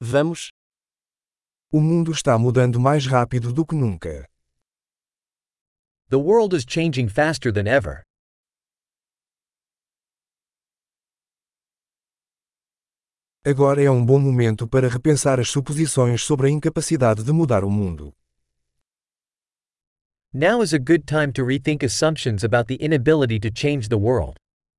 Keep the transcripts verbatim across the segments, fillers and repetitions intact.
Vamos. O mundo está mudando mais rápido do que nunca. The world is changing faster than ever. Agora é um bom momento para repensar as suposições sobre a incapacidade de mudar o mundo. Now is a good time to rethink assumptions about the inability to change the world.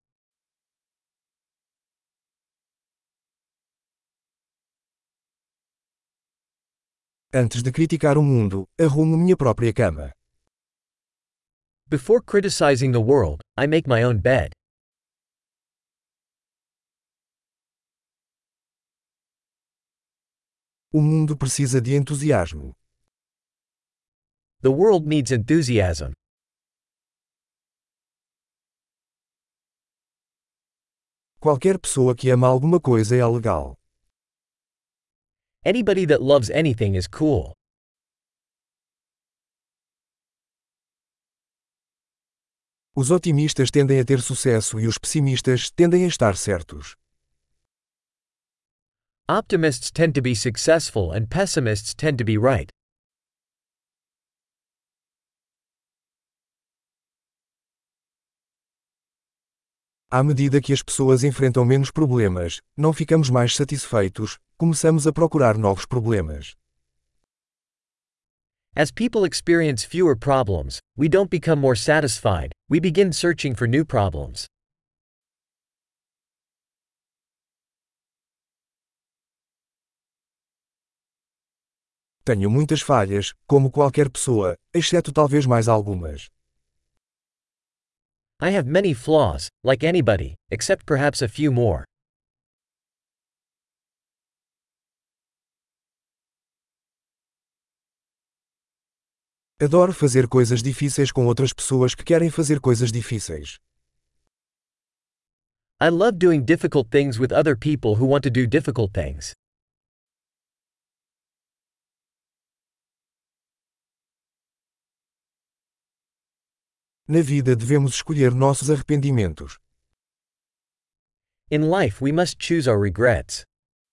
Antes de criticar o mundo, arrumo minha própria cama. Before criticizing the world, I make my own bed. O mundo precisa de entusiasmo. The world needs enthusiasm. Qualquer pessoa que ama alguma coisa é legal. Anybody that loves anything is cool. Os otimistas tendem a ter sucesso e os pessimistas tendem a estar certos. Optimists tend to be successful and pessimists tend to be right. À medida que as pessoas enfrentam menos problemas, não ficamos mais satisfeitos, começamos a procurar novos problemas. As people experience fewer problems, we don't become more satisfied, we begin searching for new problems. Tenho muitas falhas, como qualquer pessoa, exceto talvez mais algumas. I have many flaws, like anybody, except perhaps a few more. Adoro fazer coisas difíceis com outras pessoas que querem fazer coisas difíceis. I love doing difficult things with other people who want to do difficult things. Na vida devemos escolher nossos arrependimentos. In life we must choose our regrets.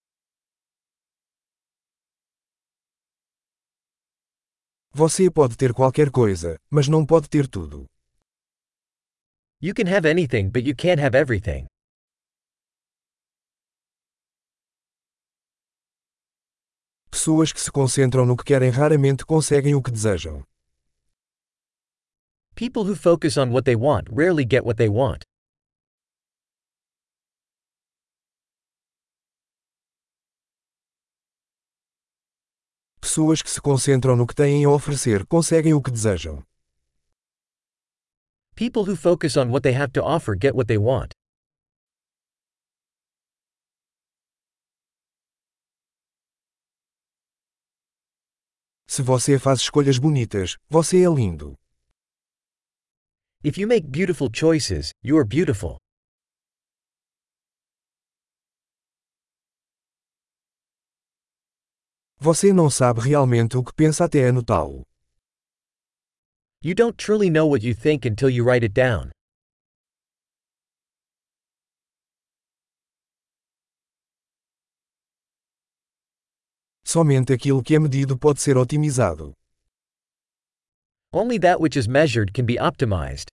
Você pode ter qualquer coisa, mas não pode ter tudo. You can have anything but you can't have everything. Pessoas que se concentram no que querem raramente conseguem o que desejam. People who focus on what they want rarely get what they want. Pessoas que se concentram no que têm a oferecer conseguem o que desejam. People who focus on what they have to offer get what they want. Se você faz escolhas bonitas, você é lindo. If you make beautiful choices, you are beautiful. Você não sabe realmente o que pensa até anotá-lo. You don't truly know what you think until you write it down. Somente aquilo que é medido pode ser otimizado. Only that which is measured can be optimized.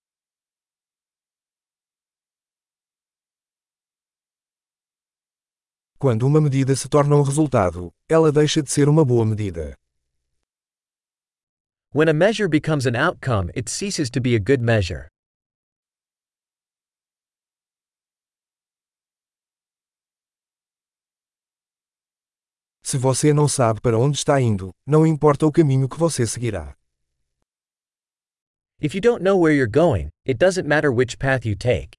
Quando uma medida se torna um resultado, ela deixa de ser uma boa medida. When a measure becomes an outcome, it ceases to be a good measure. Se você não sabe para onde está indo, não importa o caminho que você seguirá. If you don't know where you're going, it doesn't matter which path you take.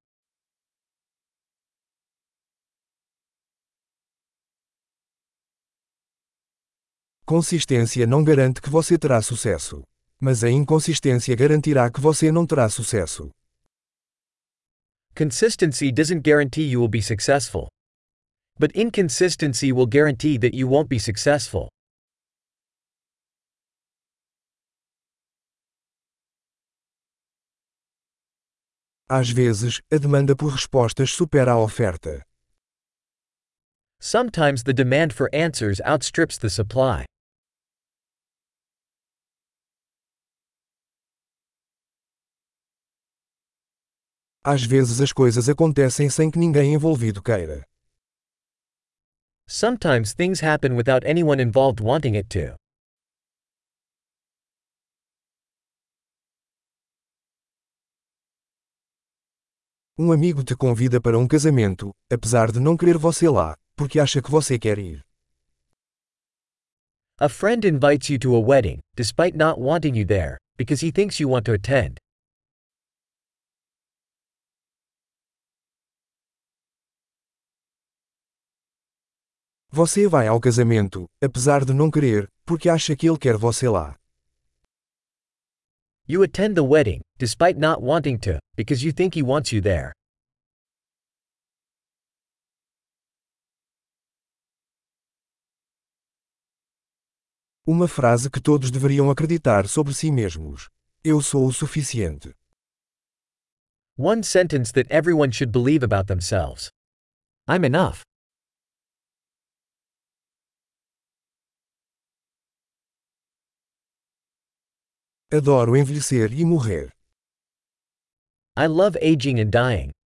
Consistência não garante que você terá sucesso. Mas a inconsistência garantirá que você não terá sucesso. Consistency doesn't guarantee you will be successful. But inconsistency will guarantee that you won't be successful. Às vezes, a demanda por respostas supera a oferta. Sometimes the demand for answers outstrips the supply. Às vezes as coisas acontecem sem que ninguém envolvido queira. Sometimes things happen without anyone involved wanting it to. Um amigo te convida para um casamento, apesar de não querer você lá, porque acha que você quer ir. A friend invites you to a wedding, despite not wanting you there, because he thinks you want to attend. Você vai ao casamento, apesar de não querer, porque acha que ele quer você lá. You attend the wedding, despite not wanting to, because you think he wants you there. Uma frase que todos deveriam acreditar sobre si mesmos. Eu sou o suficiente. One sentence that everyone should believe about themselves. I'm enough. Adoro envelhecer e morrer. I love aging and dying.